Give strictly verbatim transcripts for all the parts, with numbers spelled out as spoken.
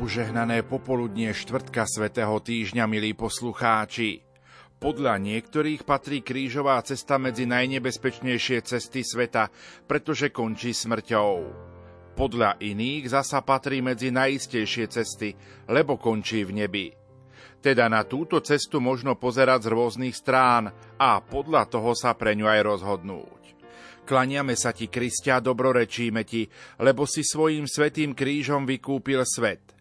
Požehnané popoludnie štvrtka svätého týždňa, milí poslucháči. Podľa niektorých patrí krížová cesta medzi najnebezpečnejšie cesty sveta, pretože končí smrťou. Podľa iných zasa patrí medzi najistejšie cesty, lebo končí v nebi. Teda na túto cestu možno pozerať z rôznych strán a podľa toho sa pre ňu aj rozhodnúť. Klaniame sa ti, Kristia, dobrorečíme ti, lebo si svojím svätým krížom vykúpil svet.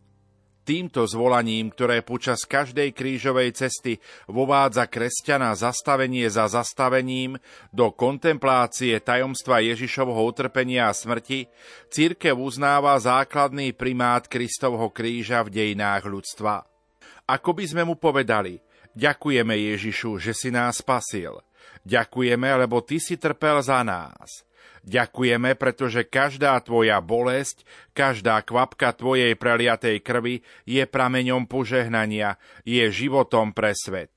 Týmto zvolaním, ktoré počas každej krížovej cesty vovádza kresťana zastavenie za zastavením do kontemplácie tajomstva Ježišovho utrpenia a smrti, cirkev uznáva základný primát Kristovho kríža v dejinách ľudstva. Ako by sme mu povedali: ďakujeme, Ježišu, že si nás spasil. Ďakujeme, lebo ty si trpel za nás. Ďakujeme, pretože každá tvoja bolesť, každá kvapka tvojej preliatej krvi je prameňom požehnania, je životom pre svet.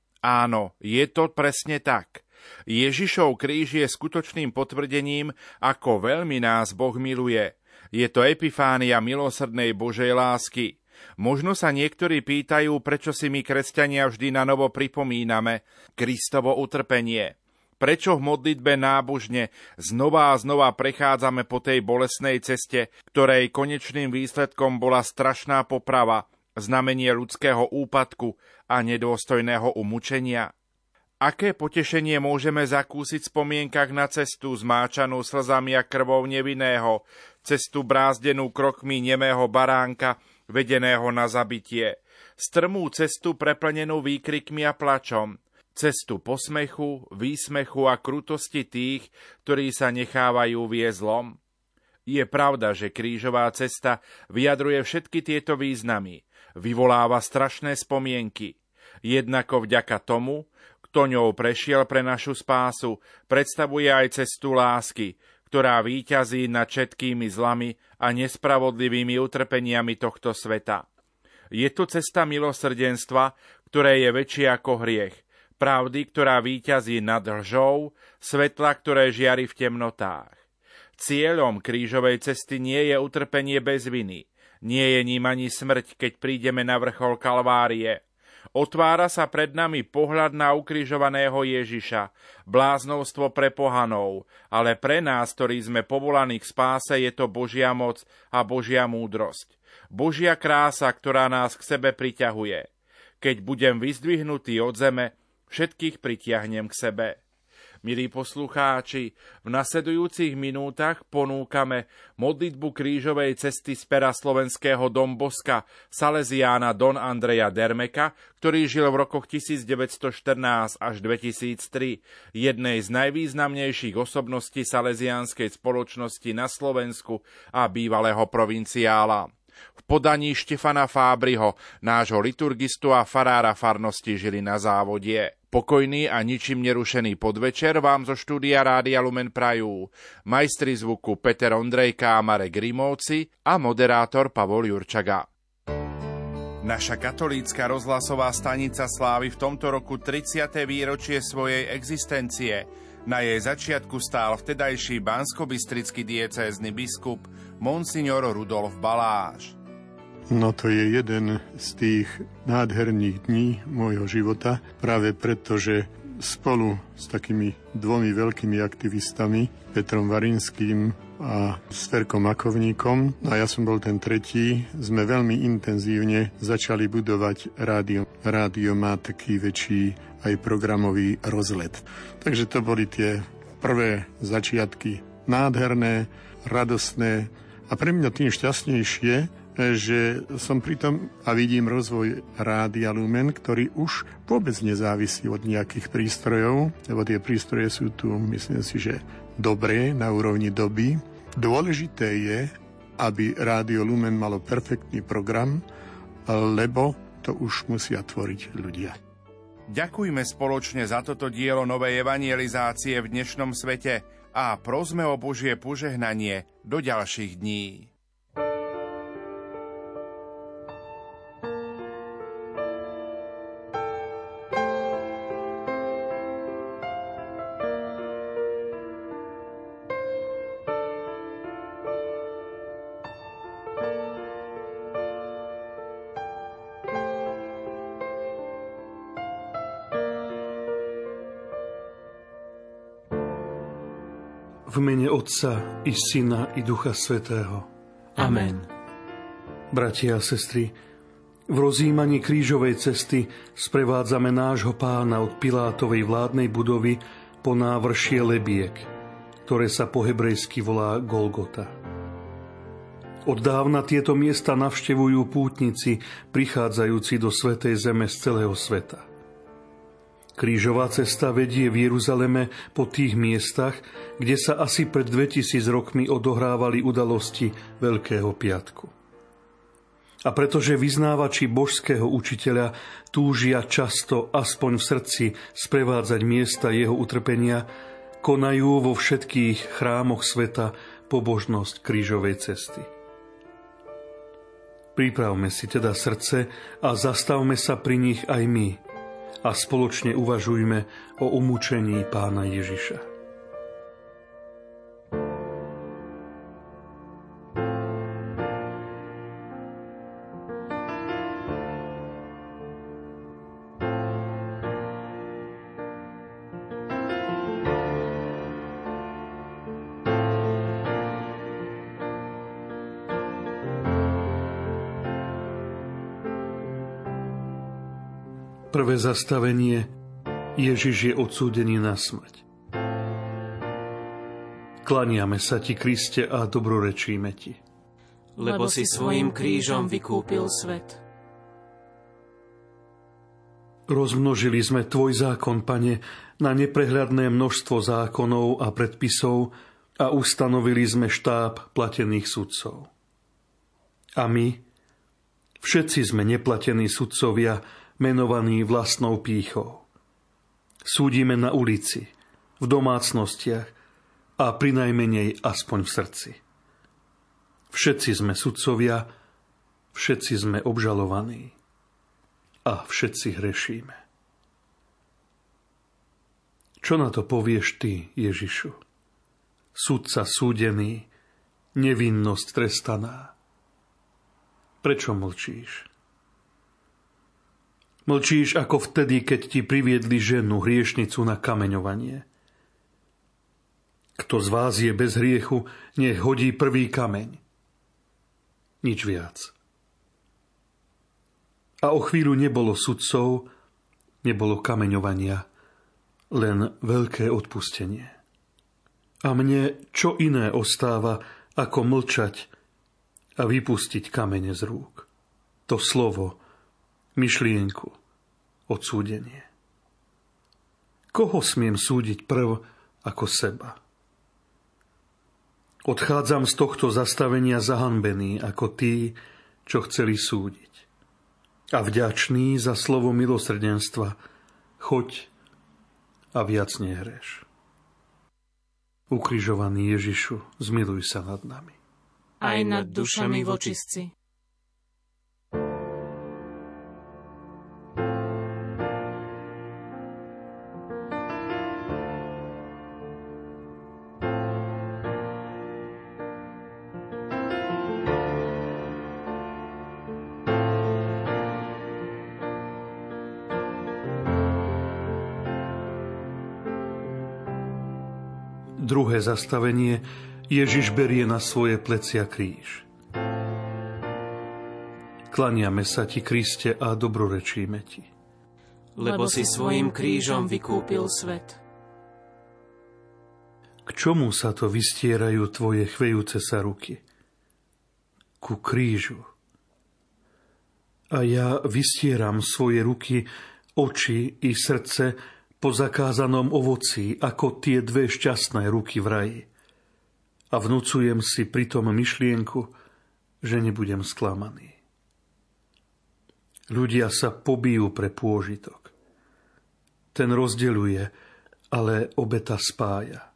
Áno, je to presne tak. Ježišov kríž je skutočným potvrdením, ako veľmi nás Boh miluje. Je to epifánia milosrdnej Božej lásky. Možno sa niektorí pýtajú, prečo si my, kresťania, vždy na novo pripomíname Kristovo utrpenie. Prečo v modlitbe nábožne znova a znova prechádzame po tej bolestnej ceste, ktorej konečným výsledkom bola strašná poprava, znamenie ľudského úpadku a nedôstojného umučenia? Aké potešenie môžeme zakúsiť v spomienkach na cestu zmáčanú slzami a krvou nevinného, cestu brázdenú krokmi nemého baránka, vedeného na zabitie, strmú cestu preplnenú výkrikmi a plačom, cestu posmechu, výsmechu a krutosti tých, ktorí sa nechávajú viesť zlom? Je pravda, že krížová cesta vyjadruje všetky tieto významy, vyvoláva strašné spomienky. Jednako vďaka tomu, kto ňou prešiel pre našu spásu, predstavuje aj cestu lásky, ktorá víťazí nad všetkými zlami a nespravodlivými utrpeniami tohto sveta. Je to cesta milosrdenstva, ktoré je väčšie ako hriech, pravdy, ktorá víťazí nad lžou, svetla, ktoré žiari v temnotách. Cieľom krížovej cesty nie je utrpenie bez viny, nie je ním ani smrť, keď prídeme na vrchol Kalvárie. Otvára sa pred nami pohľad na ukrižovaného Ježiša, bláznovstvo pre pohanov, ale pre nás, ktorí sme povolaní k spáse, je to Božia moc a Božia múdrosť. Božia krása, ktorá nás k sebe priťahuje. Keď budem vyzdvihnutý od zeme, všetkých pritiahnem k sebe. Milí poslucháči, v nasledujúcich minútach ponúkame modlitbu krížovej cesty z pera slovenského Don Boska, saleziána Don Andreja Dermeka, ktorý žil v rokoch devätnásťstoštrnásť až dvetisíctri, jednej z najvýznamnejších osobností salesiánskej spoločnosti na Slovensku a bývalého provinciála. V podaní Štefana Fábriho, nášho liturgistu a farára farnosti Žilina Závodie. Pokojný a ničím nerušený podvečer vám zo štúdia Rádia Lumen prajú majstri zvuku Peter Ondrejka a Marek Grimovci a moderátor Pavol Jurčaga. Naša katolícka rozhlasová stanica slávi v tomto roku tridsiate výročie svojej existencie. Na jej začiatku stál vtedajší banskobystrický diecézny biskup Monsignor Rudolf Baláž. No to je jeden z tých nádherných dní môjho života, práve preto, že spolu s takými dvomi veľkými aktivistami, Petrom Varinským a Sverkom Makovníkom, a ja som bol ten tretí, sme veľmi intenzívne začali budovať rádio. Rádio má taký väčší aj programový rozlet. Takže to boli tie prvé začiatky nádherné, radostné a pre mňa tým šťastnejšie, že som pritom a vidím rozvoj Rádia Lumen, ktorý už vôbec nezávisí od nejakých prístrojov, lebo tie prístroje sú tu, myslím si, že dobré na úrovni doby. Dôležité je, aby Rádio Lumen malo perfektný program, lebo to už musia tvoriť ľudia. Ďakujme spoločne za toto dielo novej evangelizácie v dnešnom svete a prosme o Božie požehnanie do ďalších dní. V mene Otca i Syna i Ducha Svätého. Amen. Bratia a sestry, v rozjímaní krížovej cesty sprevádzame nášho Pána od Pilátovej vládnej budovy po návršie Lebiek, ktoré sa po hebrejsky volá Golgota. Od dávna tieto miesta navštevujú pútnici, prichádzajúci do Svätej Zeme z celého sveta. Krížová cesta vedie v Jeruzaleme po tých miestach, kde sa asi pred dvetisíc rokmi odohrávali udalosti Veľkého piatku. A pretože vyznávači božského učiteľa túžia často aspoň v srdci sprevádzať miesta jeho utrpenia, konajú vo všetkých chrámoch sveta pobožnosť krížovej cesty. Pripravme si teda srdce a zastavme sa pri nich aj my a spoločne uvažujme o umúčení Pána Ježiša. Prvé zastavenie. Ježiš je odsúdený na smrť. Klaniame sa ti, Kriste, a dobrorečíme ti. Lebo si svojím krížom vykúpil svet. Rozmnožili sme tvoj zákon, Pane, na neprehľadné množstvo zákonov a predpisov a ustanovili sme štáb platených sudcov. A my, všetci sme neplatení sudcovia, menovaní vlastnou pýchou. Súdime na ulici, v domácnostiach a prinajmenej aspoň v srdci. Všetci sme sudcovia, všetci sme obžalovaní a všetci hrešíme. Čo na to povieš ty, Ježišu? Sudca súdený, nevinnosť trestaná. Prečo mlčíš? Mlčíš ako vtedy, keď ti priviedli ženu, hriešnicu, na kameňovanie. Kto z vás je bez hriechu, nech hodí prvý kameň. Nič viac. A o chvíľu nebolo sudcov, nebolo kameňovania, len veľké odpustenie. A mne čo iné ostáva, ako mlčať a vypustiť kamene z rúk. To slovo, myšlienku, odsúdenie. Koho smiem súdiť prv ako seba? Odchádzam z tohto zastavenia zahanbený ako tí, čo chceli súdiť. A vďačný za slovo milosrdenstva, choď a viac nehreš. Ukrižovaný Ježišu, zmiluj sa nad nami. Aj nad dušami vočistci. Druhé zastavenie. Ježiš berie na svoje plecia kríž. Klaniame sa ti, Kriste, a dobrorečíme ti. Lebo si svojím krížom vykúpil svet. K čomu sa to vystierajú tvoje chvejúce sa ruky? Ku krížu. A ja vystieram svoje ruky, oči i srdce po zakázanom ovocí, ako tie dve šťastné ruky v raji. A vnúcujem si pritom myšlienku, že nebudem sklamaný. Ľudia sa pobijú pre pôžitok. Ten rozdeľuje, ale obeta spája.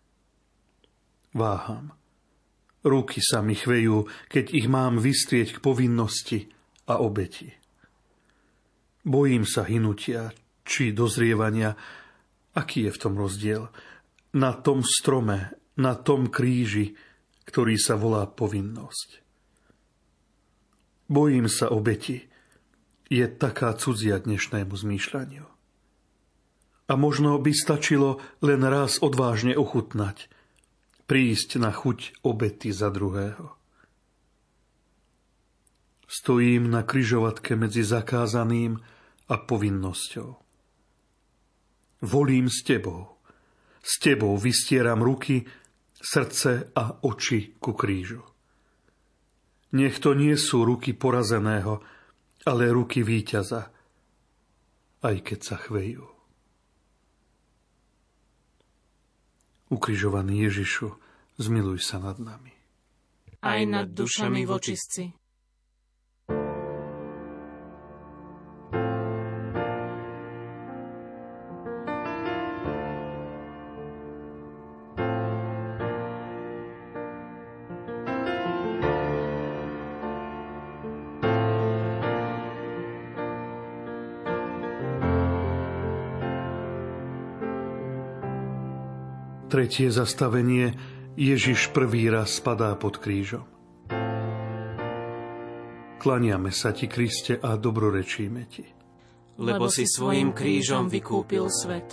Váham. Ruky sa mi chvejú, keď ich mám vystrieť k povinnosti a obeti. Bojím sa hynutia, či dozrievania, aký je v tom rozdiel. Na tom strome, na tom kríži, ktorý sa volá povinnosť. Bojím sa obeti, je taká cudzia dnešnému zmýšľaniu. A možno by stačilo len raz odvážne ochutnať, prísť na chuť obety za druhého. Stojím na križovatke medzi zakázaným a povinnosťou. Volím s tebou. S tebou vystieram ruky, srdce a oči ku krížu. Nech to nie sú ruky porazeného, ale ruky víťaza, aj keď sa chvejú. Ukrižovaný Ježišu, zmiluj sa nad nami. Aj nad dušami vočistci. Tretie zastavenie. Ježiš prvý raz spadá pod krížom. Klaniame sa ti, Kriste, a dobrorečíme ti. Lebo si svojím krížom vykúpil svet.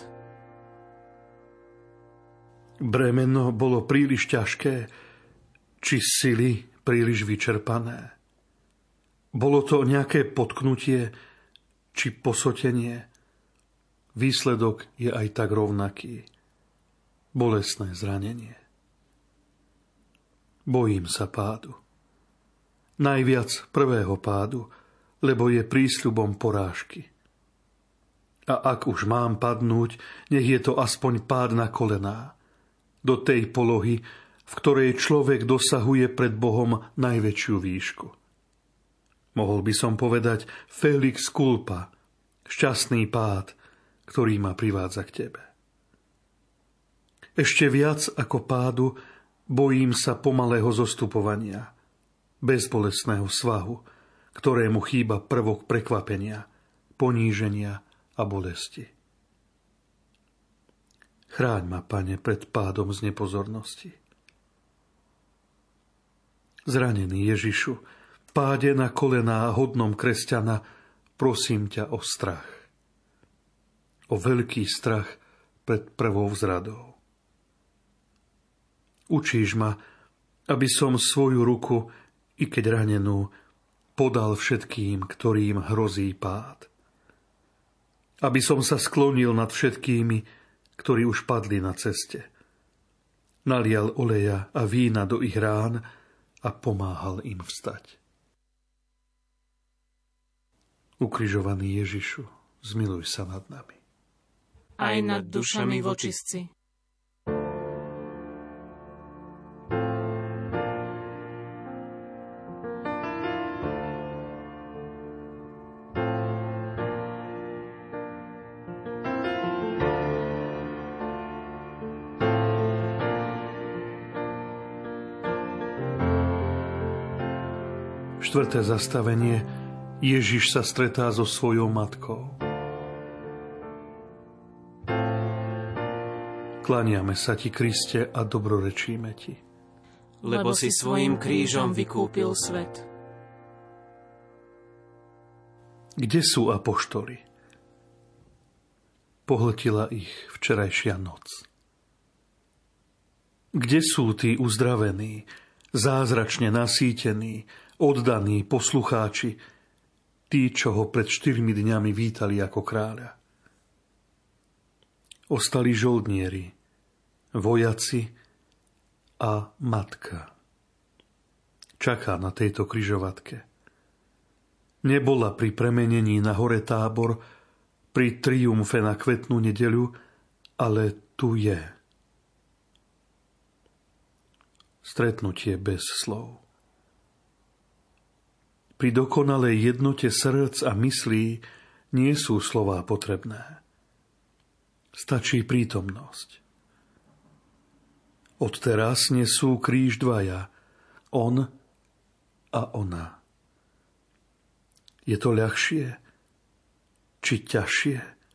Bremeno bolo príliš ťažké, či sily príliš vyčerpané. Bolo to nejaké potknutie, či posotenie. Výsledok je aj tak rovnaký. Bolestné zranenie. Bojím sa pádu. Najviac prvého pádu, lebo je prísľubom porážky. A ak už mám padnúť, nech je to aspoň pád na kolená. Do tej polohy, v ktorej človek dosahuje pred Bohom najväčšiu výšku. Mohol by som povedať Felix culpa, šťastný pád, ktorý ma privádza k tebe. Ešte viac ako pádu bojím sa pomalého zostupovania, bezbolestného svahu, ktorému chýba prvok prekvapenia, poníženia a bolesti. Chráň ma, Pane, pred pádom z nepozornosti. Zranený Ježišu, páde na kolená hodnom kresťana, prosím ťa o strach. O veľký strach pred prvou vzradou. Učíš ma, aby som svoju ruku, i keď ranenú, podal všetkým, ktorým hrozí pád. Aby som sa sklonil nad všetkými, ktorí už padli na ceste. Nalial oleja a vína do ich rán a pomáhal im vstať. Ukrižovaný Ježišu, zmiluj sa nad nami. Aj nad dušami vočistci. Štvrté zastavenie. Ježiš sa stretá so svojou matkou. Klaniame sa ti, Kriste, a dobrorečíme ti. Lebo si svojím krížom vykúpil svet. Kde sú apoštoli? Pohltila ich včerajšia noc. Kde sú tí uzdravení, zázračne nasýtení, oddaní poslucháči, tí, čo ho pred štyrmi dňami vítali ako kráľa? Ostali žoldnieri, vojaci a matka. Čaká na tejto križovatke. Nebola pri premenení na hore Tábor, pri triumfe na kvetnú nedeľu, ale tu je. Stretnutie bez slov. Pri dokonalej jednote srdc a myslí nie sú slová potrebné. Stačí prítomnosť. Odteraz nesú kríž dvaja, on a ona. Je to ľahšie či ťažšie?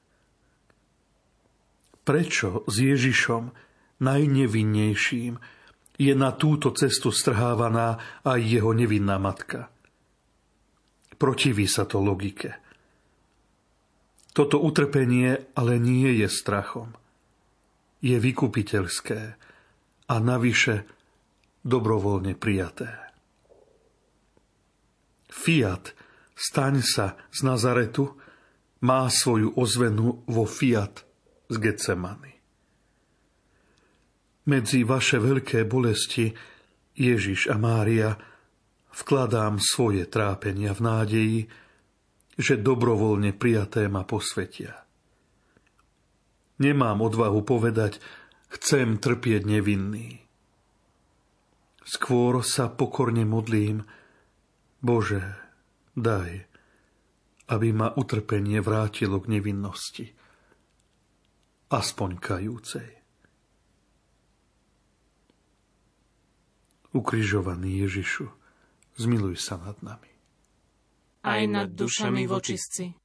Prečo s Ježišom, najnevinnejším, je na túto cestu strhávaná aj jeho nevinná matka? Protiví sa to logike. Toto utrpenie ale nie je strachom. Je vykupiteľské a navyše dobrovoľne prijaté. Fiat, staň sa z Nazaretu, má svoju ozvenu vo Fiat z Getsemany. Medzi vaše veľké bolesti, Ježiš a Mária, vkladám svoje trápenia v nádeji, že dobrovoľne prijaté ma posvetia. Nemám odvahu povedať, chcem trpieť nevinný. Skôr sa pokorne modlím, Bože, daj, aby ma utrpenie vrátilo k nevinnosti, aspoň kajúcej. Ukrižovaný Ježišu, zmiluj sa nad nami. Aj nad dušami vočistci.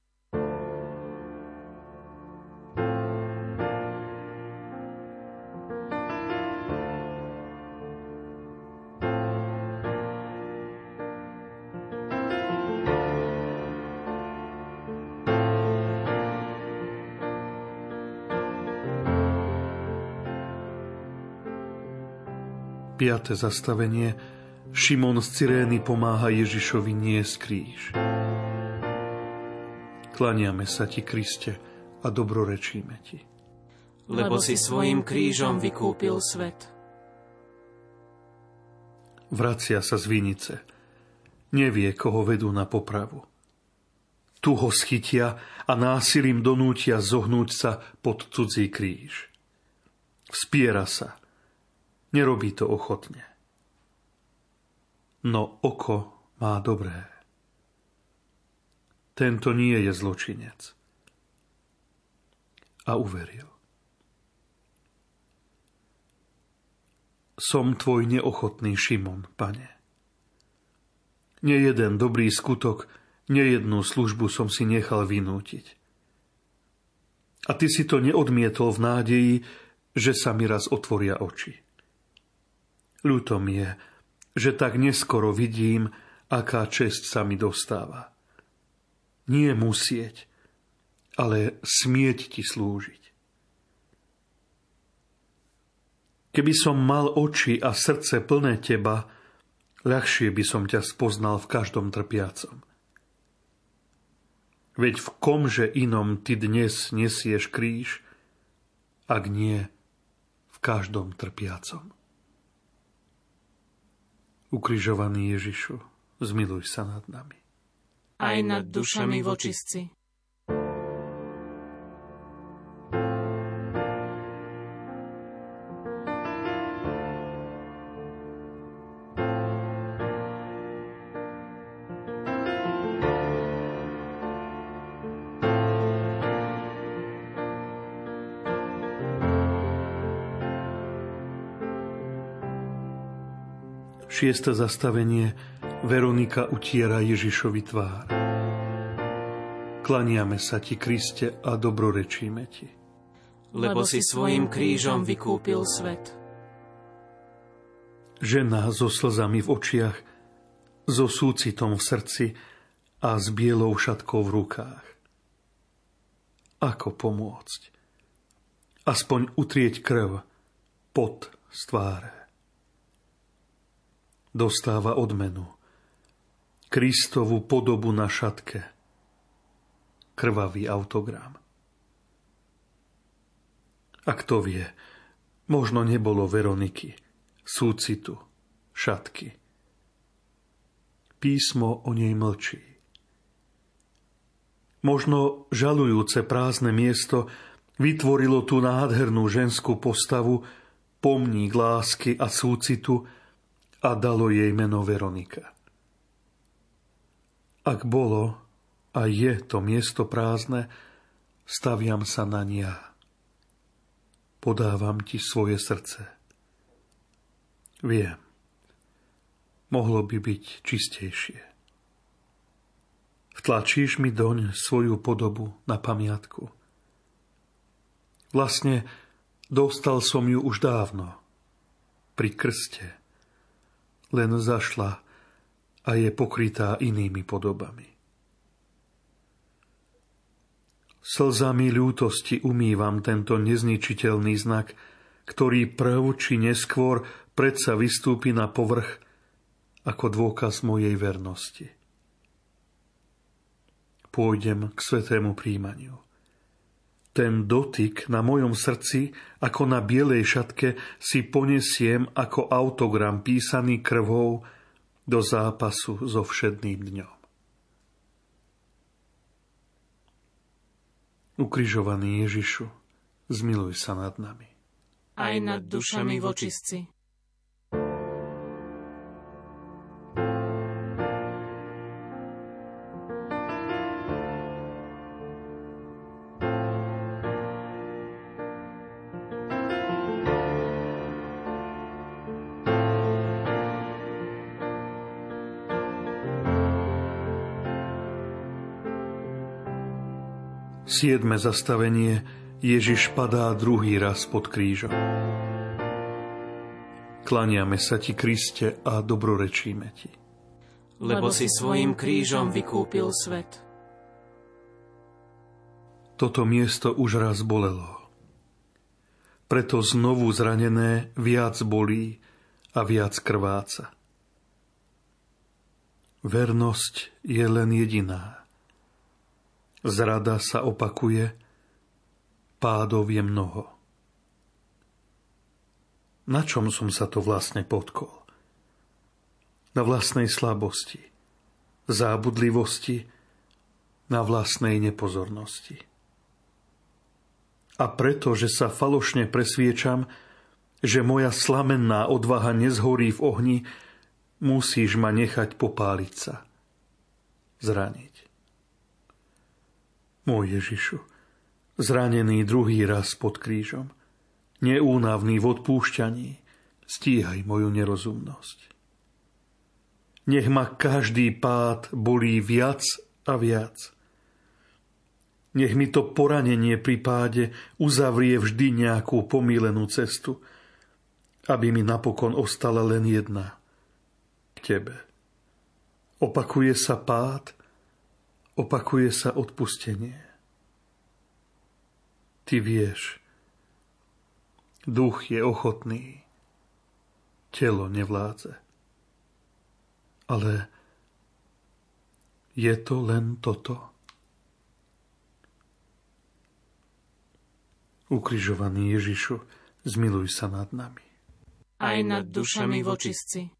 Piaté zastavenie. Šimon z Cyrény pomáha Ježišovi niesť kríž. Klaniame sa ti, Kriste, a dobrorečíme ti. Lebo si svojím krížom vykúpil svet. Vracia sa z vinice. Nevie, koho vedú na popravu. Tu ho schytia a násilím donútia zohnúť sa pod cudzí kríž. Vspiera sa. Nerobí to ochotne. No oko má dobré. Tento nie je zločinec. A uveril. Som tvoj neochotný Šimon, Pane. Nejeden dobrý skutok, nejednú službu som si nechal vynútiť. A ty si to neodmietol v nádeji, že sa mi raz otvoria oči. Ľúto mi je, že tak neskoro vidím, aká česť sa mi dostáva. Nie musieť, ale smieť ti slúžiť. Keby som mal oči a srdce plné teba, ľahšie by som ťa spoznal v každom trpiacom. Veď v komže inom ty dnes nesieš kríž, ak nie v každom trpiacom. Ukrižovaný Ježišu, zmiluj sa nad nami. Aj nad dušami vočistci. Šieste zastavenie. Veronika utiera Ježišovi tvár. Klaniame sa ti, Kriste, a dobrorečíme ti. Lebo si svojím krížom vykúpil svet. Žena so slzami v očiach, so súcitom v srdci a s bielou šatkou v rukách. Ako pomôcť? Aspoň utrieť krv, pot z tváre. Dostáva odmenu. Kristovu podobu na šatke. Krvavý autogram. A kto vie, možno nebolo Veroniky, súcitu, šatky. Písmo o nej mlčí. Možno žalujúce prázdne miesto vytvorilo tú nádhernú ženskú postavu, pomník lásky a súcitu, a dalo jej meno Veronika. Ak bolo a je to miesto prázdne, staviam sa naň ja. Podávam ti svoje srdce. Viem, mohlo by byť čistejšie. Vtlačíš mi doň svoju podobu na pamiatku. Vlastne dostal som ju už dávno, pri krste. Len zašla a je pokrytá inými podobami. Slzami ľútosti umývam tento nezničiteľný znak, ktorý prv či neskôr predsa vystúpi na povrch ako dôkaz mojej vernosti. Pôjdem k svätému príjmaniu. Ten dotyk na mojom srdci, ako na bielej šatke, si ponesiem ako autogram písaný krvou do zápasu so všedným dňom. Ukrižovaný Ježišu, zmiluj sa nad nami. Aj nad dušami vočistci. Siedme zastavenie. Ježiš padá druhý raz pod krížom. Klaniame sa ti, Kriste, a dobrorečíme ti. Lebo si svojím krížom vykúpil svet. Toto miesto už raz bolelo. Preto znovu zranené viac bolí a viac krváca. Vernosť je len jediná. Zrada sa opakuje, pádov je mnoho. Na čom som sa to vlastne potkol? Na vlastnej slabosti, zábudlivosti, na vlastnej nepozornosti. A preto, že sa falošne presviečam, že moja slamenná odvaha nezhorí v ohni, musíš ma nechať popáliť sa, zraniť. Môj Ježišu, zranený druhý raz pod krížom, neúnavný v odpúšťaní, stíhaj moju nerozumnosť. Nech ma každý pád bolí viac a viac. Nech mi to poranenie pri páde uzavrie vždy nejakú pomýlenú cestu, aby mi napokon ostala len jedna, k tebe. Opakuje sa pád, opakuje sa odpustenie. Ty vieš, duch je ochotný, telo nevládze. Ale je to len toto? Ukrižovaný Ježišu, zmiluj sa nad nami. Aj nad dušami vočistci.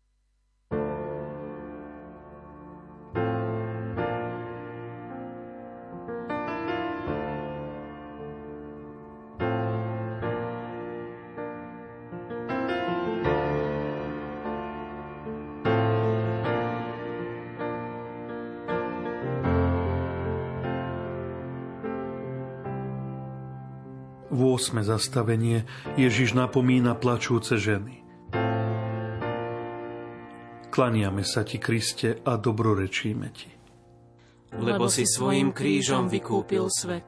Ôsme zastavenie. Ježiš napomína plačúce ženy. Klaniame sa ti, Kriste, a dobrorečíme ti. Lebo si svojím krížom vykúpil svet.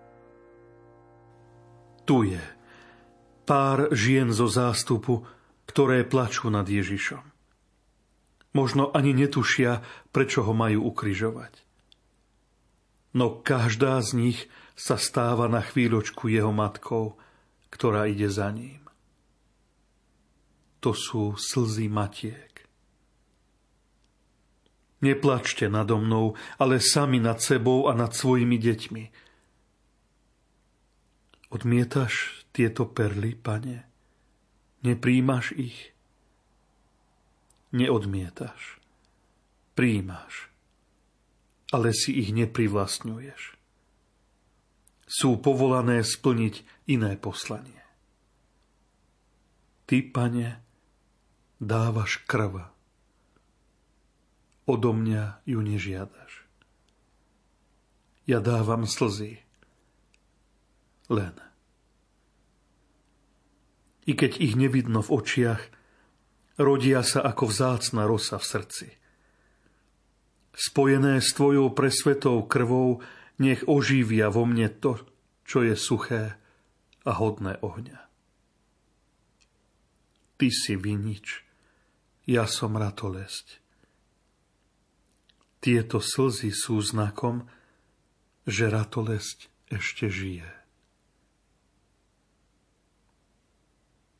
Tu je pár žien zo zástupu, ktoré plačú nad Ježišom. Možno ani netušia, prečo ho majú ukrižovať. No každá z nich sa stáva na chvíľočku jeho matkou, ktorá ide za ním. To sú slzy matiek. Neplačte nado mnou, ale sami nad sebou a nad svojimi deťmi. Odmietaš tieto perly, Pane? Nepríjmaš ich? Neodmietaš. Príjmaš. Ale si ich neprivlastňuješ. Sú povolané splniť iné poslanie. Ty, Pane, dávaš krv. Odo mňa ju nežiadaš. Ja dávam slzy. Len. I keď ich nevidno v očiach, rodia sa ako vzácna rosa v srdci. Spojené s tvojou presvetou krvou, nech oživia vo mne to, čo je suché a hodné ohňa. Ty si vinič, ja som ratolesť. Tieto slzy sú znakom, že ratolesť ešte žije.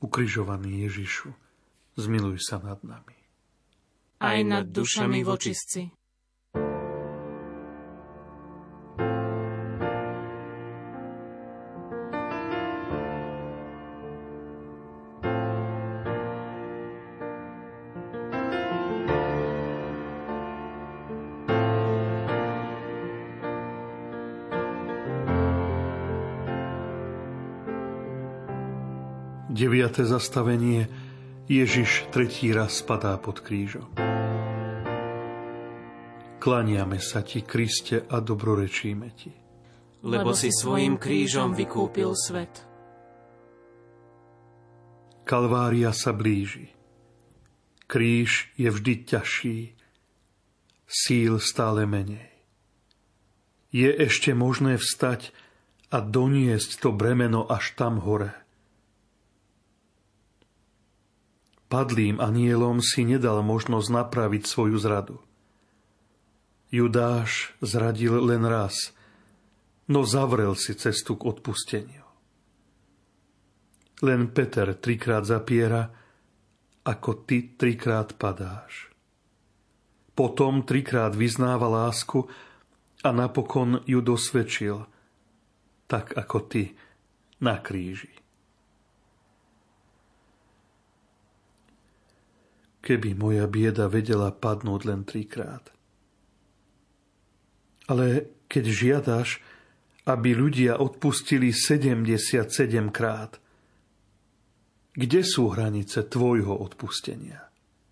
Ukrižovaný Ježišu, zmiluj sa nad nami. Aj nad dušami v očistci. Deviate zastavenie. Ježiš tretí raz spadá pod krížom. Klaniame sa ti, Kriste, a dobrorečíme ti. Lebo si svojim krížom vykúpil svet. Kalvária sa blíži. Kríž je vždy ťažší, síl stále menej. Je ešte možné vstať a doniesť to bremeno až tam hore. Padlým anielom si nedal možnosť napraviť svoju zradu. Judáš zradil len raz, no zavrel si cestu k odpusteniu. Len Peter trikrát zapiera, ako ty trikrát padáš. Potom trikrát vyznáva lásku a napokon ju dosvedčil, tak ako ty na kríži. Keby moja bieda vedela padnúť len trikrát. Ale keď žiadaš, aby ľudia odpustili sedemdesiatsedem krát, kde sú hranice tvojho odpustenia?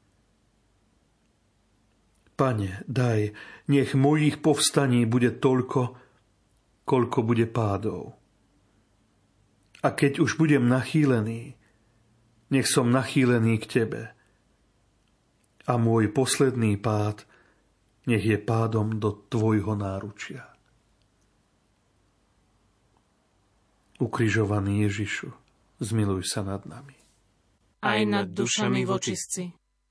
Pane, daj, nech mojich povstaní bude toľko, koľko bude pádov. A keď už budem nachýlený, nech som nachýlený k tebe. A môj posledný pád nech je pádom do tvojho náručia. Ukrižovaný Ježišu, zmiluj sa nad nami. Aj nad dušami v očistci.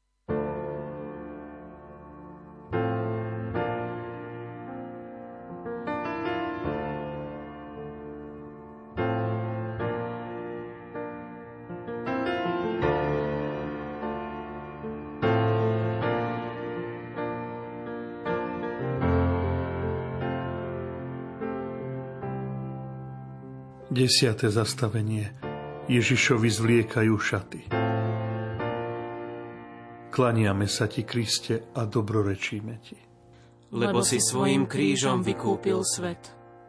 Desiate zastavenie. Ježišovi zvliekajú šaty. Klaniame sa ti, Kriste, a dobrorečíme ti. Lebo si svojim krížom vykúpil svet.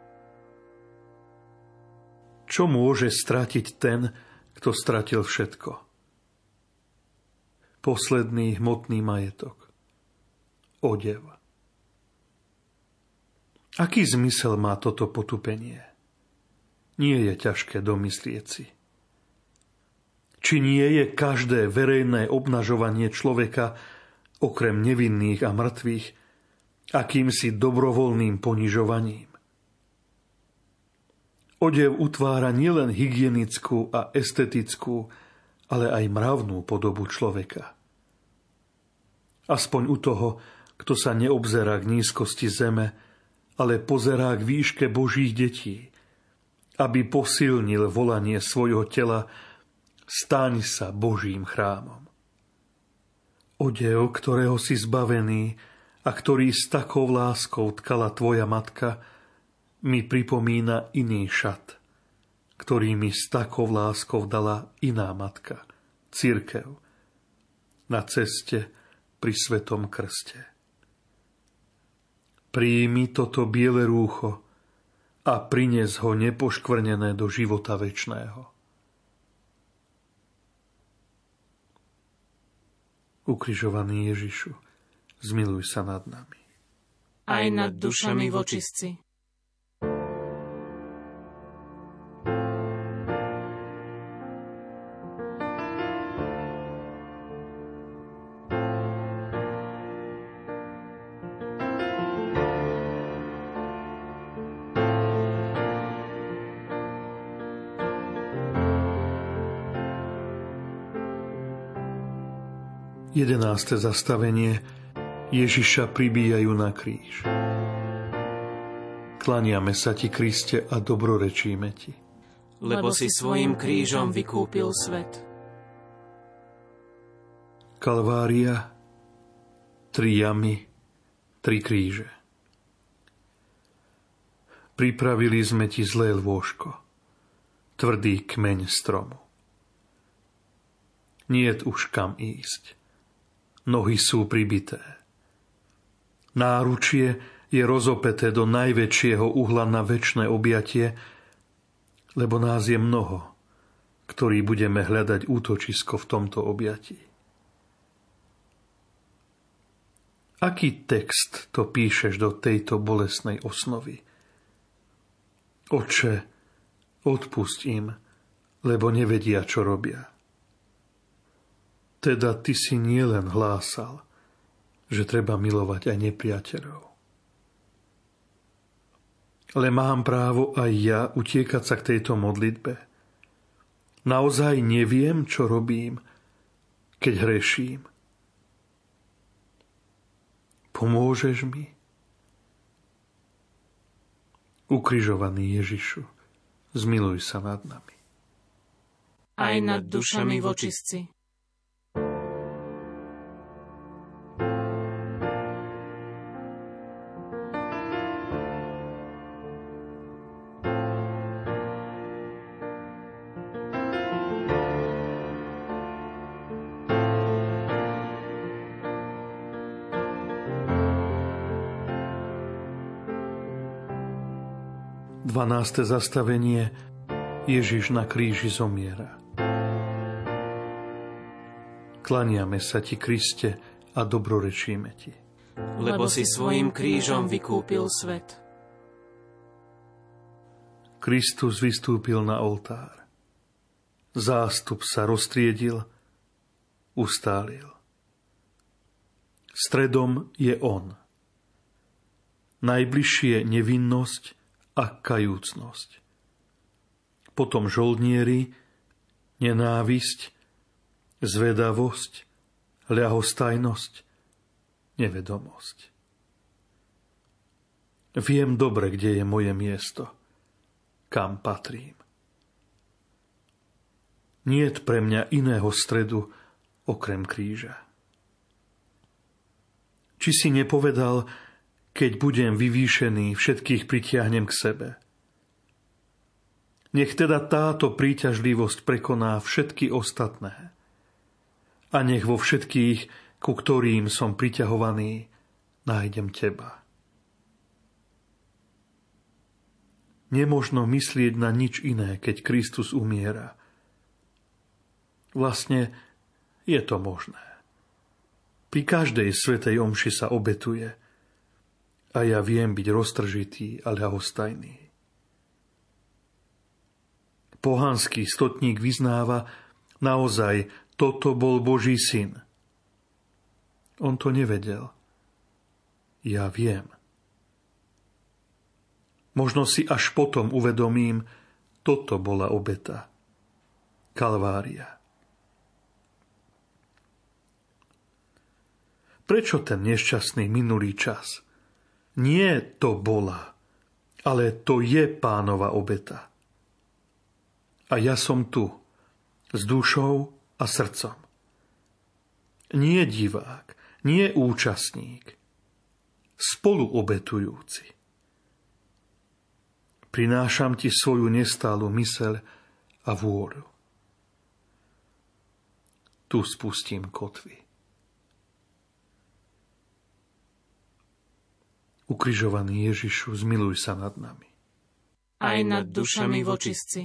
Čo môže stratiť ten, kto stratil všetko? Posledný hmotný majetok. Odev. Aký zmysel má toto potupenie? Nie je ťažké domyslieť si. Či nie je každé verejné obnažovanie človeka, okrem nevinných a mŕtvych, akýmsi dobrovoľným ponižovaním? Odev utvára nielen hygienickú a estetickú, ale aj mravnú podobu človeka. Aspoň u toho, kto sa neobzerá k nízkosti zeme, ale pozerá k výške Božích detí, aby posilnil volanie svojho tela: staň sa Božím chrámom. Odev, ktorého si zbavený a ktorý s takou láskou tkala tvoja matka, mi pripomína iný šat, ktorý mi s takou láskou dala iná matka, cirkev, na ceste pri Svetom krste. Príjmi toto biele rúcho a prines ho nepoškvrnené do života večného. Ukrižovaný Ježišu, zmiluj sa nad nami. Aj nad dušami v očistci. Jedenáste zastavenie. Ježiša pribíjajú na kríž. Klaniame sa ti, Kriste, a dobrorečíme ti. Lebo si svojim krížom vykúpil svet. Kalvária, tri jamy, tri kríže. Pripravili sme ti zlé lôžko, tvrdý kmeň stromu. Niet už kam ísť, nohy sú pribité. Náručie je rozopeté do najväčšieho uhla na večné objatie, lebo nás je mnoho, ktorí budeme hľadať útočisko v tomto objatí. Aký text to píšeš do tejto bolestnej osnovy? Otče, odpusť im, lebo nevedia, čo robia. Teda ty si nielen hlásal, že treba milovať aj nepriateľov. Ale mám právo aj ja utiekať sa k tejto modlitbe. Naozaj neviem, čo robím, keď hreším. Pomôžeš mi? Ukrižovaný Ježišu, zmiluj sa nad nami. Aj nad dušami vočistci. dvanáste zastavenie. Ježiš na kríži zomiera. Klaniame sa ti, Kriste, a dobrorečíme ti. Lebo si svojím krížom vykúpil svet. Kristus vystúpil na oltár. Zástup sa roztriedil, ustálil. Stredom je on. Najbližšie nevinnosť a kajúcnosť. Potom žoldnieri, nenávisť, zvedavosť, ľahostajnosť, nevedomosť. Viem dobre, kde je moje miesto, kam patrím. Niet pre mňa iného stredu okrem kríža. Či si nepovedal, keď budem vyvýšený, všetkých pritiahnem k sebe. Nech teda táto príťažlivosť prekoná všetky ostatné. A nech vo všetkých, ku ktorým som priťahovaný, nájdem teba. Nemožno myslieť na nič iné, keď Kristus umiera. Vlastne je to možné. Pri každej svätej omši sa obetuje. A ja viem byť roztržitý a ľahostajný. Pohanský stotník vyznáva, naozaj toto bol Boží syn. On to nevedel. Ja viem. Možno si až potom uvedomím, toto bola obeta. Kalvária. Prečo ten nešťastný minulý čas? Nie to bola, ale to je Pánova obeta. A ja som tu, s dušou a srdcom. Nie divák, nie účastník, spoluobetujúci. Prinášam ti svoju nestálu myseľ a vôľu. Tu spustím kotvy. Ukrižovaný Ježišu, zmiluj sa nad nami. Aj nad dušami vočistci.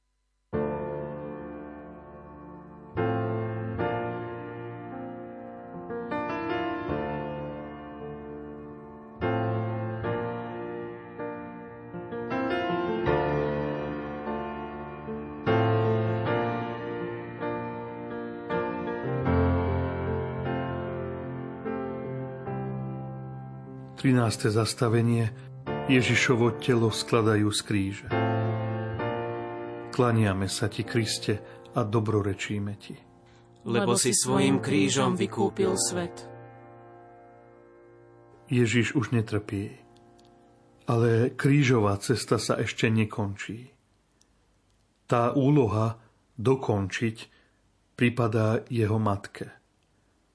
trináste zastavenie. Ježišovo telo skladajú z kríža. Klaniame sa ti, Kriste, a dobrorečíme ti. Lebo si svojím krížom vykúpil svet. Ježiš už netrpí, ale krížová cesta sa ešte nekončí. Tá úloha dokončiť pripadá jeho matke.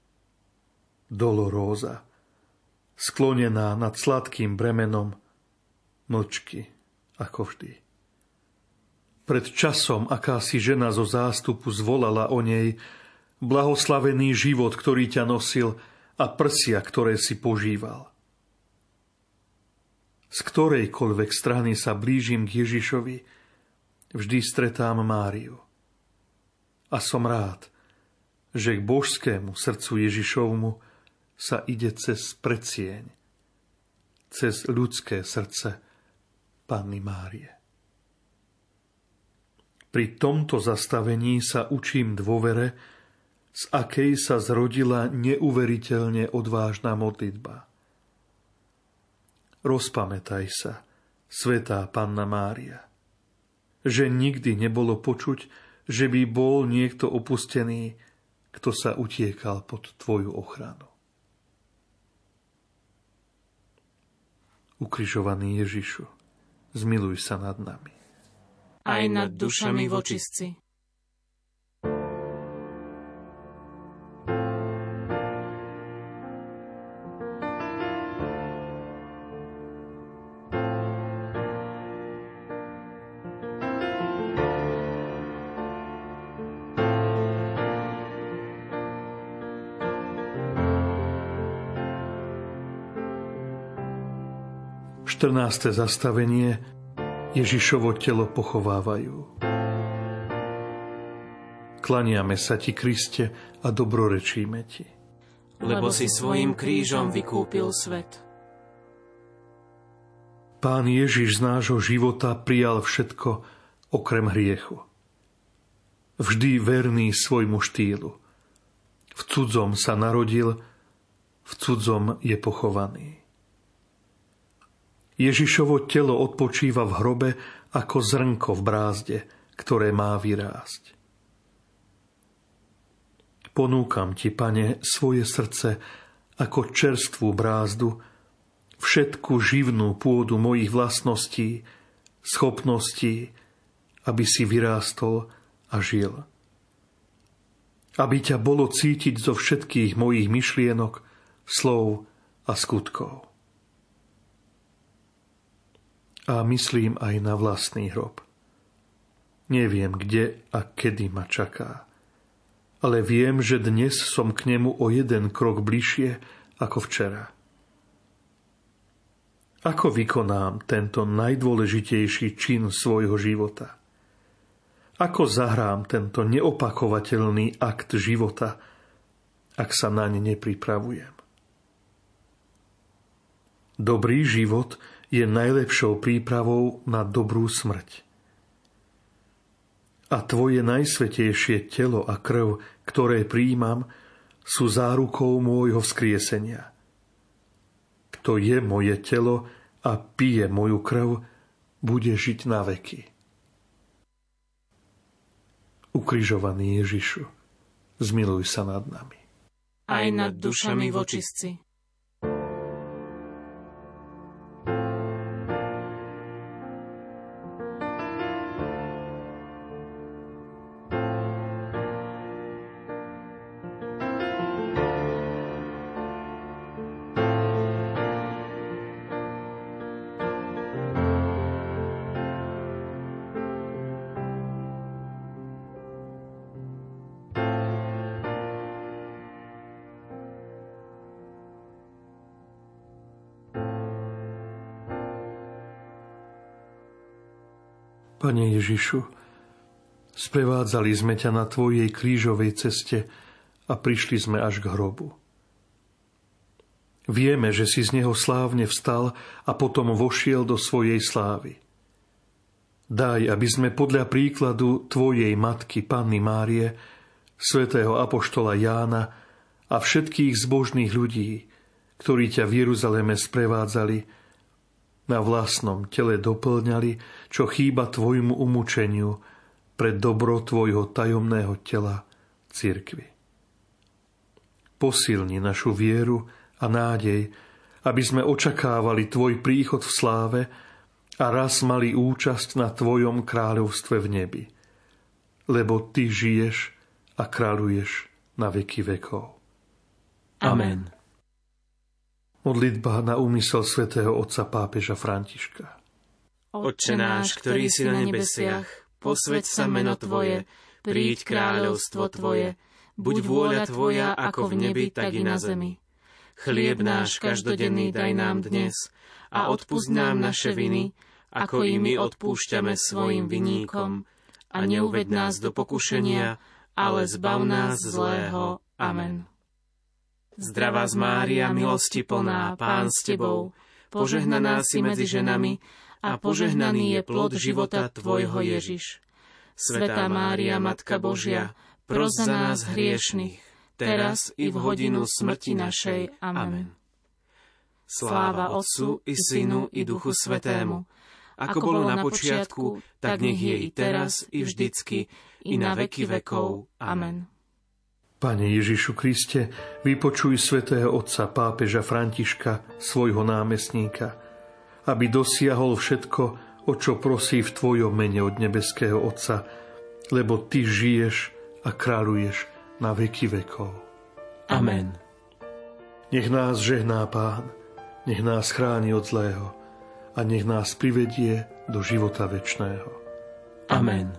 Doloróza, sklonená nad sladkým bremenom, mlčky, ako vždy. Pred časom akási žena zo zástupu zvolala o nej: blahoslavený život, ktorý ťa nosil, a prsia, ktoré si požíval. Z ktorejkoľvek strany sa blížim k Ježišovi, vždy stretám Máriu. A som rád, že k božskému srdcu Ježišovmu sa ide cez predsieň, cez ľudské srdce Panny Márie. Pri tomto zastavení sa učím dôvere, z akej sa zrodila neuveriteľne odvážna modlitba. Rozpamätaj sa, svätá Panna Mária, že nikdy nebolo počuť, že by bol niekto opustený, kto sa utiekal pod tvoju ochranu. Ukrižovaný Ježišu, zmiluj sa nad nami. Aj nad dušami vočistci. štrnáste zastavenie. Ježišovo telo pochovávajú. Klaniame sa ti, Kriste, a dobrorečíme ti. Lebo si svojím krížom vykúpil svet. Pán Ježiš z nášho života prijal všetko okrem hriechu. Vždy verný svojmu štýlu. V cudzom sa narodil, v cudzom je pochovaný. Ježišovo telo odpočíva v hrobe ako zrnko v brázde, ktoré má vyrásť. Ponúkam ti, Pane, svoje srdce ako čerstvú brázdu, všetku živnú pôdu mojich vlastností, schopností, aby si vyrástol a žil. Aby ťa bolo cítiť zo všetkých mojich myšlienok, slov a skutkov. A myslím aj na vlastný hrob. Neviem, kde a kedy ma čaká. Ale viem, že dnes som k nemu o jeden krok bližšie ako včera. Ako vykonám tento najdôležitejší čin svojho života? Ako zahrám tento neopakovateľný akt života, ak sa naň nepripravujem? Dobrý život je najlepšou prípravou na dobrú smrť. A tvoje najsvätejšie telo a krv, ktoré prijímam, sú zárukou môjho vzkriesenia. Kto je moje telo a pije moju krv, bude žiť na veky. Ukrižovaný Ježišu, zmiluj sa nad nami. Aj nad dušami vočistci. Pane Ježišu, sprevádzali sme ťa na tvojej krížovej ceste a prišli sme až k hrobu. Vieme, že si z neho slávne vstal a potom vošiel do svojej slávy. Daj, aby sme podľa príkladu tvojej matky, Panny Márie, svätého apoštola Jána a všetkých zbožných ľudí, ktorí ťa v Jeruzaleme sprevádzali, na vlastnom tele doplňali, čo chýba tvojmu umúčeniu pre dobro tvojho tajomného tela, cirkvi. Posilni našu vieru a nádej, aby sme očakávali tvoj príchod v sláve a raz mali účasť na tvojom kráľovstve v nebi, lebo ty žiješ a kráľuješ na veky vekov. Amen. Modlitba na úmysel svätého otca pápeža Františka. Otče náš, ktorý si na nebesiach, posväť sa meno Tvoje, príď kráľovstvo Tvoje, buď vôľa Tvoja ako v nebi, tak i na zemi. Chlieb náš každodenný daj nám dnes a odpusť nám naše viny, ako i my odpúšťame svojim viníkom. A neuveď nás do pokušenia, ale zbav nás zlého. Amen. Zdravá z Mária, milosti plná, Pán s Tebou, požehnaná si medzi ženami a požehnaný je plod života Tvojho Ježiš. Svätá Mária, Matka Božia, pros za nás hriešnych, teraz i v hodinu smrti našej. Amen. Sláva Otcu i Synu i Duchu Svätému, ako bolo na počiatku, tak nech je i teraz, i vždycky, i na veky vekov. Amen. Pane Ježišu Kriste, vypočuj svätého otca pápeža Františka, svojho námestníka, aby dosiahol všetko, o čo prosí v Tvojom mene od nebeského Otca, lebo Ty žiješ a kráľuješ na veky vekov. Amen. Nech nás žehná Pán, nech nás chráni od zlého a nech nás privedie do života večného. Amen.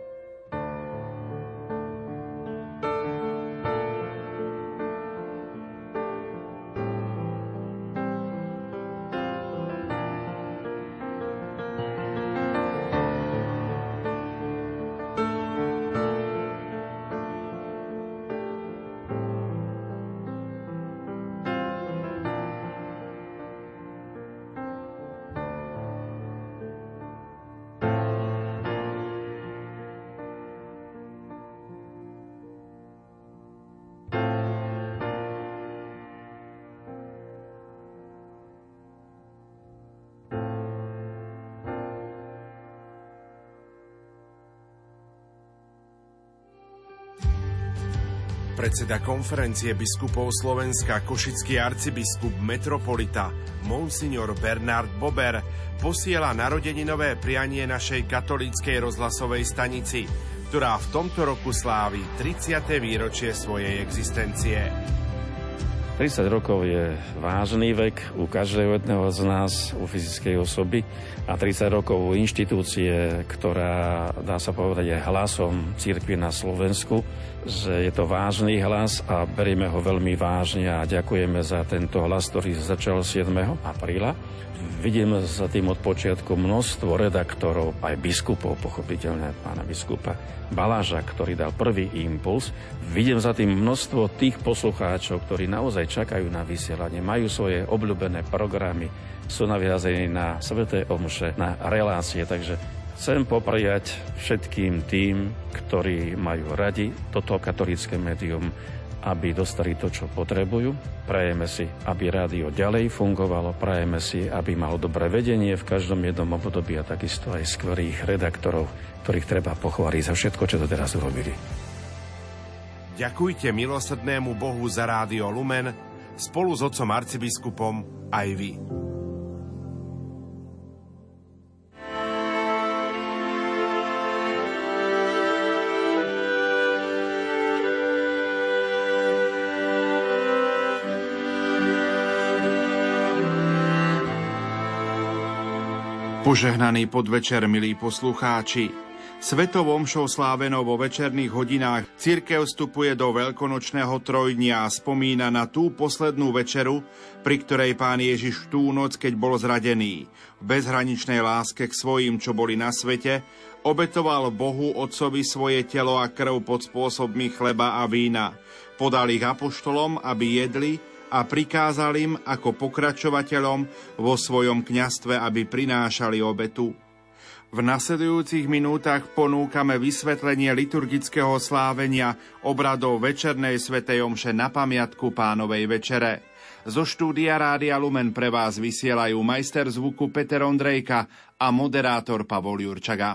Predseda konferencie biskupov Slovenska, košický arcibiskup metropolita Monsignor Bernard Bober posiela narodeninové prianie našej katolíckej rozhlasovej stanici, ktorá v tomto roku slávi tridsiate výročie svojej existencie. tridsať rokov je vážny vek u každého jedného z nás, u fyzickej osoby, a tridsať rokov u inštitúcie, ktorá, dá sa povedať, je hlasom cirkvi na Slovensku, že je to vážny hlas a berieme ho veľmi vážne a ďakujeme za tento hlas, ktorý začal siedmeho apríla. Vidím za tým od počiatku množstvo redaktorov, aj biskupov, pochopiteľne pána biskupa Baláža, ktorý dal prvý impuls. Vidím za tým množstvo tých poslucháčov, ktorí naozaj čakajú na vysielanie, majú svoje obľúbené programy, sú naviazení na sväté omše, na relácie, takže chcem popriať všetkým tým, ktorí majú radi toto katolícke médium, aby dostali to, čo potrebujú. Prajeme si, aby rádio ďalej fungovalo, prajeme si, aby malo dobré vedenie v každom jednom období a takisto aj skvelých redaktorov, ktorých treba pochváliť za všetko, čo to teraz urobili. Ďakujte milosrdnému Bohu za Rádio Lumen, spolu s otcom arcibiskupom aj vy. Požehnaný podvečer, milí poslucháči. Svetou omšou slávenou vo večerných hodinách cirkev vstupuje do veľkonočného trojdnia a spomína na tú poslednú večeru, pri ktorej Pán Ježiš tú noc, keď bol zradený, v bezhraničnej láske k svojim, čo boli na svete, obetoval Bohu Otcovi svoje telo a krv pod spôsobmi chleba a vína. Podal ich apoštolom, aby jedli, a prikázal im ako pokračovateľom vo svojom kňazstve, aby prinášali obetu. V nasledujúcich minútach ponúkame vysvetlenie liturgického slávenia obradov večernej svätej omše na pamiatku Pánovej večere. Zo štúdia Rádia Lumen pre vás vysielajú majster zvuku Peter Ondrejka a moderátor Pavol Jurčaga.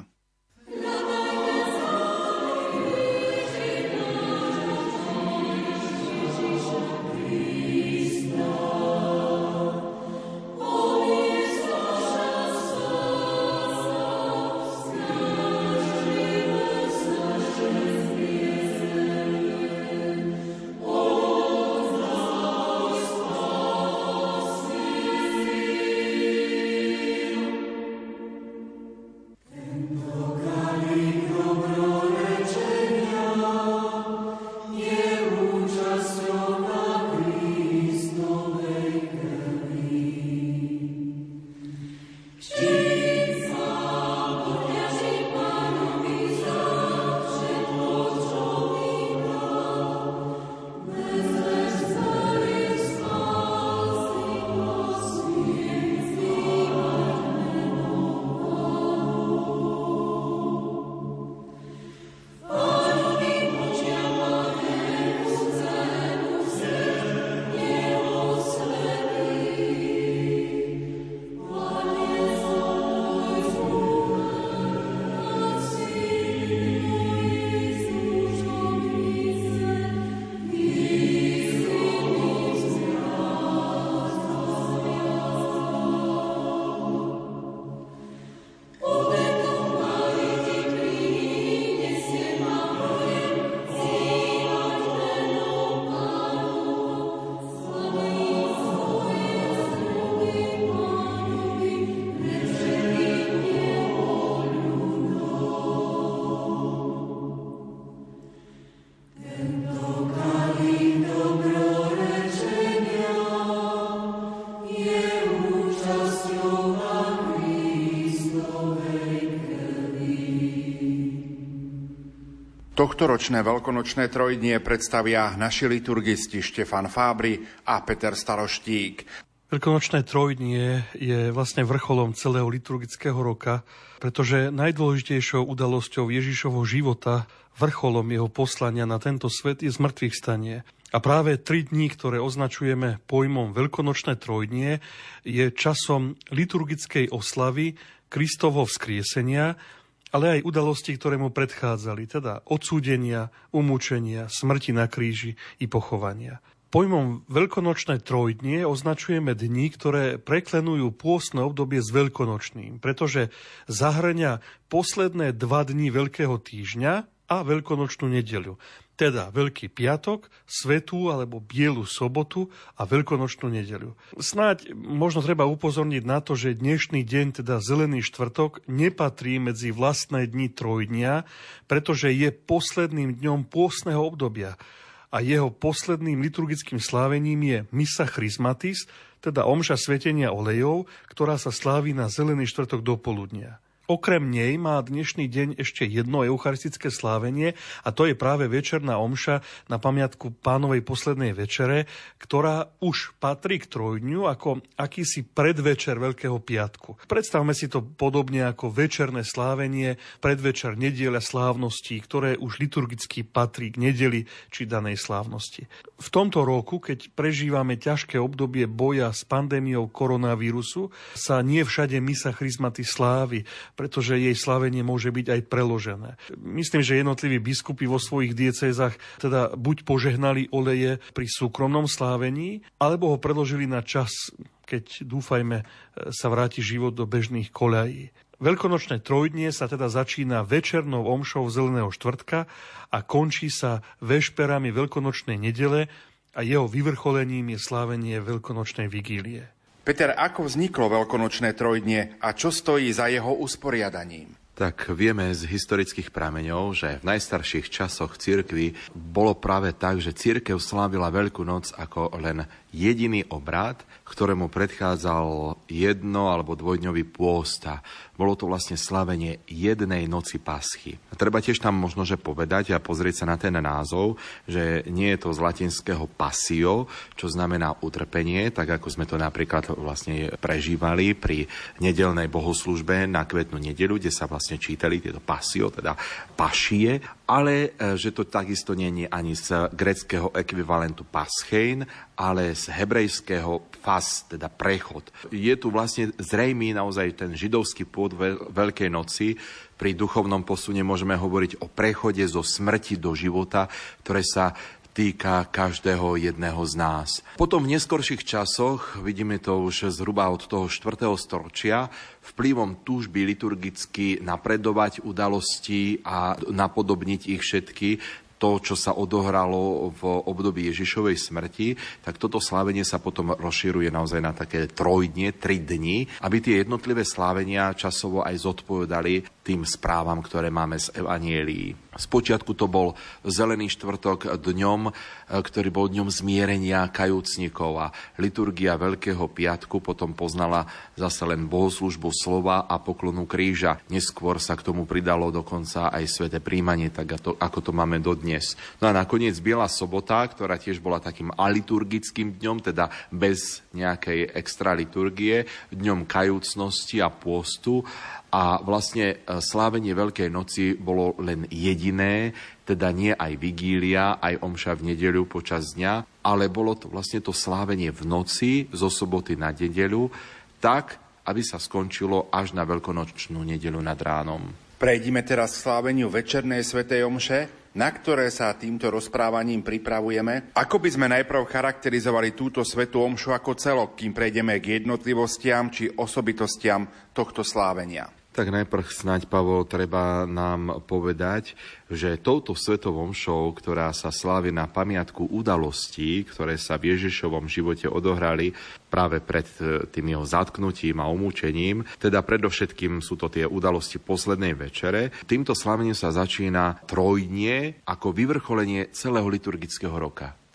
Tohtoročné veľkonočné trojdnie predstavia naši liturgisti Štefan Fábri a Peter Staroštík. Veľkonočné trojdnie je vlastne vrcholom celého liturgického roka, pretože najdôležitejšou udalosťou Ježišovho života, vrcholom jeho poslania na tento svet je zmŕtvychvstanie. A práve tri dni, ktoré označujeme pojmom Veľkonočné trojdnie, je časom liturgickej oslavy Kristovho vzkriesenia, ale aj udalosti, ktoré mu predchádzali, teda odsúdenia, umúčenia, smrti na kríži i pochovania. Pojmom Veľkonočné trojdnie označujeme dni, ktoré preklenujú pôstne obdobie s veľkonočným, pretože zahŕňa posledné dva dni Veľkého týždňa a Veľkonočnú nedeľu. Teda Veľký piatok, Svätú alebo Bielu sobotu a Veľkonočnú nedeľu. Snáď možno treba upozorniť na to, že dnešný deň, teda Zelený štvrtok, nepatrí medzi vlastné dni trojdnia, pretože je posledným dňom pôstneho obdobia. A jeho posledným liturgickým slávením je Missa Chrismatis, teda omša svetenia olejov, ktorá sa slávi na Zelený štvrtok do poludnia. Okrem nej má dnešný deň ešte jedno eucharistické slávenie a to je práve večerná omša na pamiatku Pánovej poslednej večere, ktorá už patrí k trojdňu ako akýsi predvečer Veľkého piatku. Predstavme si to podobne ako večerné slávenie, predvečer nedieľa slávností, ktoré už liturgicky patrí k nedeli či danej slávnosti. V tomto roku, keď prežívame ťažké obdobie boja s pandémiou koronavírusu, sa nie všade Missa Chrismatis slávi, pretože jej slávenie môže byť aj preložené. Myslím, že jednotliví biskupy vo svojich diecézach teda buď požehnali oleje pri súkromnom slávení, alebo ho preložili na čas, keď, dúfajme, sa vráti život do bežných koľají. Veľkonočné trojdnie sa teda začína večernou omšou Zeleného štvrtka a končí sa vešperami Veľkonočnej nedele a jeho vyvrcholením je slávenie Veľkonočnej vigílie. Peter, ako vzniklo Veľkonočné trojdnie a čo stojí za jeho usporiadaním? Tak vieme z historických prameňov, že v najstarších časoch cirkvi bolo práve tak, že cirkev slávila Veľkú noc ako len jediný obrad, ktorému predchádzal jedno- alebo dvojdňový pôst. Bolo to vlastne slávenie jednej noci paschy. A treba tiež tam možno že povedať a pozrieť sa na ten názov, že nie je to z latinského passio, čo znamená utrpenie, tak ako sme to napríklad vlastne prežívali pri nedeľnej bohoslužbe na Kvetnú nedeľu, kde sa vlastne čítali tieto passio, teda pašie, ale že to takisto nie je ani z gréckeho ekvivalentu paschein, ale z hebrejského fas, teda prechod. Je tu vlastne zrejmý naozaj ten židovský pôvod Veľkej noci. Pri duchovnom posune môžeme hovoriť o prechode zo smrti do života, ktoré sa týka každého jedného z nás. Potom v neskorších časoch, vidíme to už zhruba od toho štvrtého storočia, vplyvom túžby liturgicky napredovať udalosti a napodobniť ich všetky, to, čo sa odohralo v období Ježišovej smrti, tak toto slávenie sa potom rozširuje naozaj na také trojdnie, tri dni, aby tie jednotlivé slávenia časovo aj zodpovedali tým správam, ktoré máme z Evanielií. Spočiatku to bol Zelený štvrtok dňom, ktorý bol dňom zmierenia kajúcnikov a liturgia Veľkého piatku potom poznala zase len bohoslúžbu slova a poklonu kríža. Neskôr sa k tomu pridalo dokonca aj sväté príjmanie, tak ako to máme dodnes. No a nakoniec Biela sobota, ktorá tiež bola takým aliturgickým dňom, teda bez nejakej extra liturgie, dňom kajúcnosti a pôstu. A vlastne slávenie Veľkej noci bolo len jediné, teda nie aj vigília, aj omša v nedeľu počas dňa, ale bolo to vlastne to slávenie v noci zo soboty na nedeľu, tak, aby sa skončilo až na veľkonočnú nedeľu nad ránom. Prejdime teraz k sláveniu večernej svätej omše, na ktoré sa týmto rozprávaním pripravujeme. Ako by sme najprv charakterizovali túto svätú omšu ako celok, kým prejdeme k jednotlivostiam či osobitostiam tohto slávenia? Tak najprv snáď, Pavol, treba nám povedať, že touto svetou omšou, ktorá sa slávi na pamiatku udalostí, ktoré sa v Ježišovom živote odohrali práve pred tým jeho zatknutím a umúčením, teda predovšetkým sú to tie udalosti poslednej večere, týmto slávením sa začína trojdnie ako vyvrcholenie celého liturgického roka.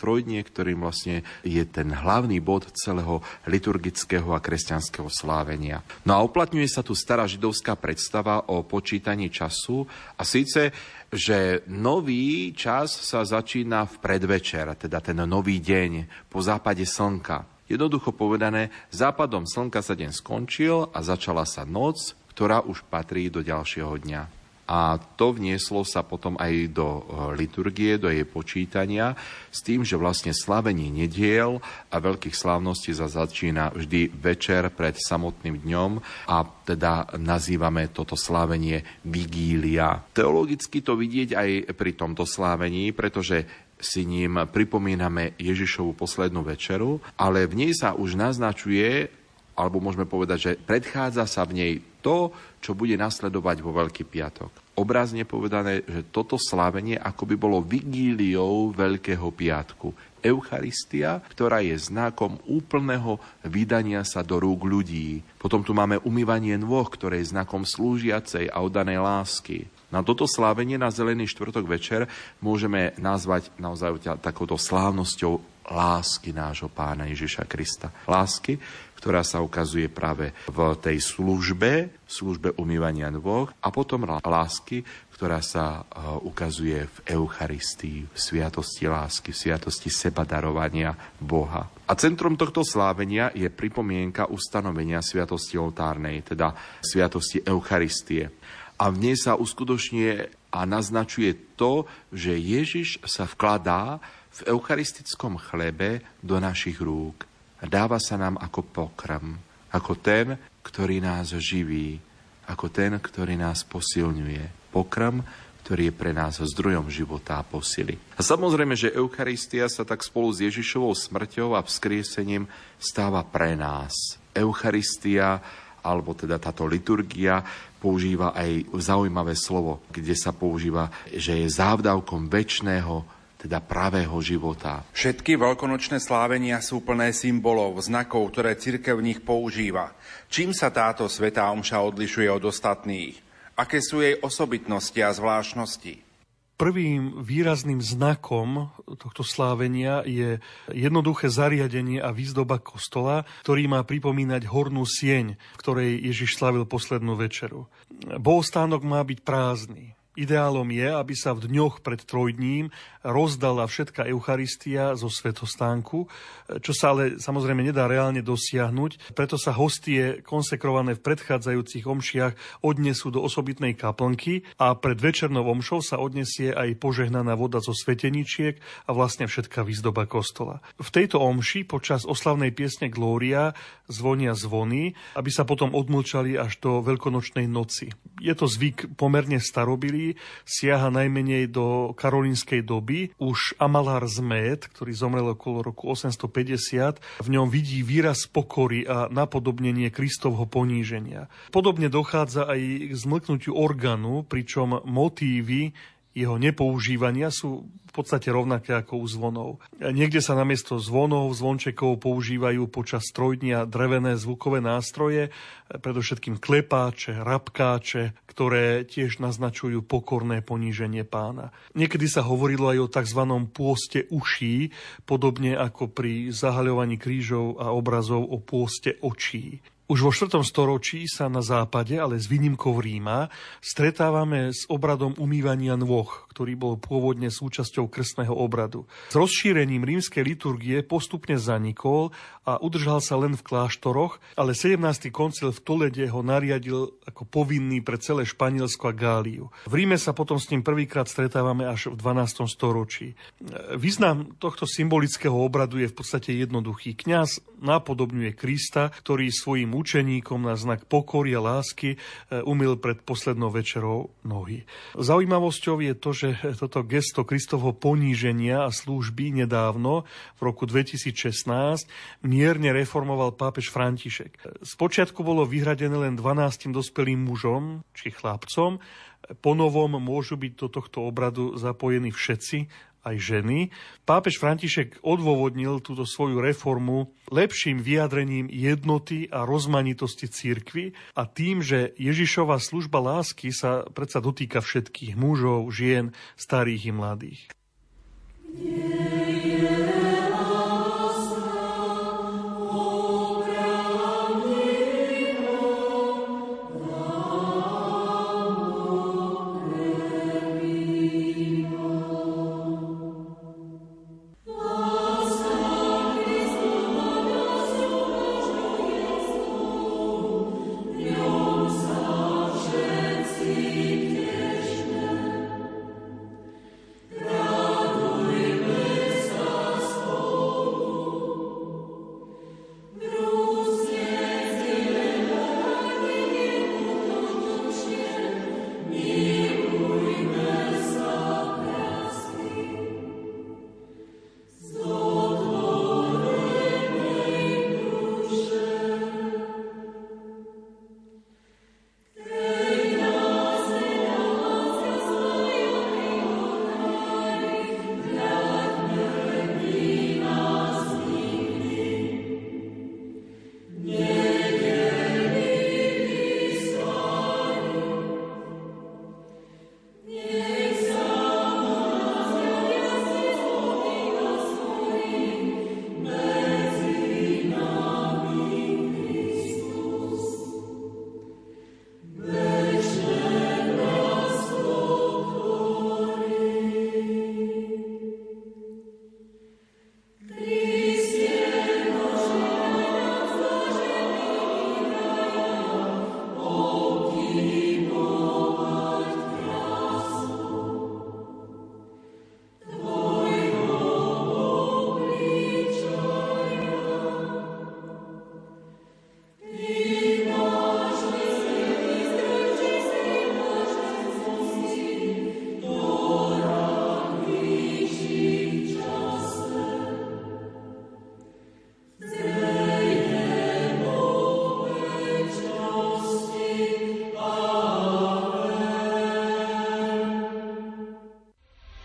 trojdnie, ktorým vlastne je ten hlavný bod celého liturgického a kresťanského slávenia. No a uplatňuje sa tu stará židovská predstava o počítaní času a síce, že nový čas sa začína v predvečer, teda ten nový deň po západe slnka. Jednoducho povedané, západom slnka sa deň skončil a začala sa noc, ktorá už patrí do ďalšieho dňa. A to vnieslo sa potom aj do liturgie, do jej počítania, s tým, že vlastne slavenie nediel a veľkých slávností sa začína vždy večer pred samotným dňom a teda nazývame toto slávenie vigília. Teologicky to vidieť aj pri tomto slávení, pretože si ním pripomíname Ježišovu poslednú večeru, ale v nej sa už naznačuje, alebo môžeme povedať, že predchádza sa v nej to, čo bude nasledovať vo Veľký piatok. Obrazne povedané, že toto slávenie akoby bolo vigíliou Veľkého piatku. Eucharistia, ktorá je znakom úplného vydania sa do rúk ľudí. Potom tu máme umývanie nôh, ktoré je znakom slúžiacej a oddanej lásky. Na toto slávenie na Zelený štvrtok večer môžeme nazvať naozaj takouto slávnosťou lásky nášho Pána Ježiša Krista. Lásky, ktorá sa ukazuje práve v tej službe, službe umývania nôh a potom lásky, ktorá sa ukazuje v Eucharistii, v sviatosti lásky, v sviatosti sebadarovania Boha. A centrom tohto slávenia je pripomienka ustanovenia sviatosti oltárnej, teda sviatosti Eucharistie. A v nej sa uskutočňuje a naznačuje to, že Ježiš sa vkladá v eucharistickom chlebe do našich rúk. Dáva sa nám ako pokrm, ako ten, ktorý nás živí, ako ten, ktorý nás posilňuje. Pokrm, ktorý je pre nás zdrojom života a posily. A samozrejme, že Eucharistia sa tak spolu s Ježišovou smrťou a vzkriesením stáva pre nás. Eucharistia, alebo teda táto liturgia, používa aj zaujímavé slovo, kde sa používa, že je závdavkom večného, teda pravého života. Všetky veľkonočné slávenia sú plné symbolov, znakov, ktoré cirkev v nich používa. Čím sa táto svätá omša odlišuje od ostatných? Aké sú jej osobitnosti a zvláštnosti? Prvým výrazným znakom tohto slávenia je jednoduché zariadenie a výzdoba kostola, ktorý má pripomínať hornú sieň, v ktorej Ježiš slavil poslednú večeru. Bohostánok má byť prázdny. Ideálom je, aby sa v dňoch pred trojdním rozdala všetká Eucharistia zo svätostánku, čo sa ale samozrejme nedá reálne dosiahnuť. Preto sa hostie konsekrované v predchádzajúcich omšiach odnesú do osobitnej kaplnky a pred večernou omšou sa odnesie aj požehnaná voda zo sveteničiek a vlastne všetká výzdoba kostola. V tejto omši počas oslavnej piesne Glória zvonia zvony, aby sa potom odmlčali až do veľkonočnej noci. Je to zvyk pomerne starobilý, siaha najmenej do karolínskej doby. Už Amalár z Mét, ktorý zomrel okolo roku osemstopäťdesiat, v ňom vidí výraz pokory a napodobnenie Kristovho poníženia. Podobne dochádza aj k zmlknutiu orgánu, pričom motívy jeho nepoužívania sú v podstate rovnaké ako u zvonov. Niekde sa namiesto zvonov, zvončekov používajú počas trojdnia drevené zvukové nástroje, predovšetkým klepáče, rabkáče, ktoré tiež naznačujú pokorné poníženie Pána. Niekedy sa hovorilo aj o tzv. Pôste uší, podobne ako pri zahaľovaní krížov a obrazov o pôste očí. Už vo štvrtom storočí sa na západe, ale s výnimkou Ríma, stretávame s obradom umývania nôh, ktorý bol pôvodne súčasťou krstného obradu. S rozšírením rímskej liturgie postupne zanikol a udržal sa len v kláštoroch, ale sedemnásty koncil v Tolede ho nariadil ako povinný pre celé Španielsko a Gáliu. V Ríme sa potom s ním prvýkrát stretávame až v dvanástom storočí. Význam tohto symbolického obradu je v podstate jednoduchý. Kňaz napodobňuje Krista, ktorý svojim učeníkom na znak pokory a lásky umyl pred poslednou večerou nohy. Zaujímavosťou je to, že toto gesto Kristovho poníženia a služby nedávno, v roku dvetisícšestnásť, mierne reformoval pápež František. Spočiatku bolo vyhradené len dvanástim dospelým mužom, či chlapcom. Po novom môžu byť do tohto obradu zapojení všetci, aj ženy. Pápež František odôvodnil túto svoju reformu lepším vyjadrením jednoty a rozmanitosti cirkvi a tým, že Ježišova služba lásky sa predsa dotýka všetkých mužov, žien, starých i mladých. Yeah, yeah.